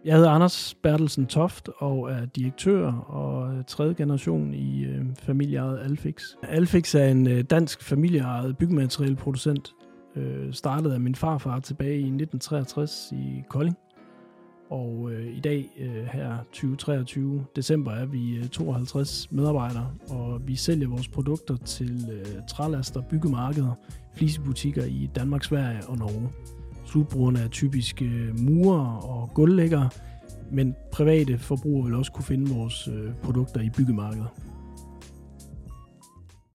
Jeg hedder Anders Bertelsen Toft og er direktør og tredje generation i familieejet Alfix. Alfix er en dansk familieejet byggematerialeproducent, startet af min farfar tilbage i 1963 i Kolding. Og i dag, her 2023, december, er vi 52 medarbejdere, og vi sælger vores produkter til trælaster, byggemarkeder, flisebutikker i Danmark, Sverige og Norge. Slutbrugerne er typisk murer og gulvlæggere, men private forbrugere vil også kunne finde vores produkter i byggemarkeder.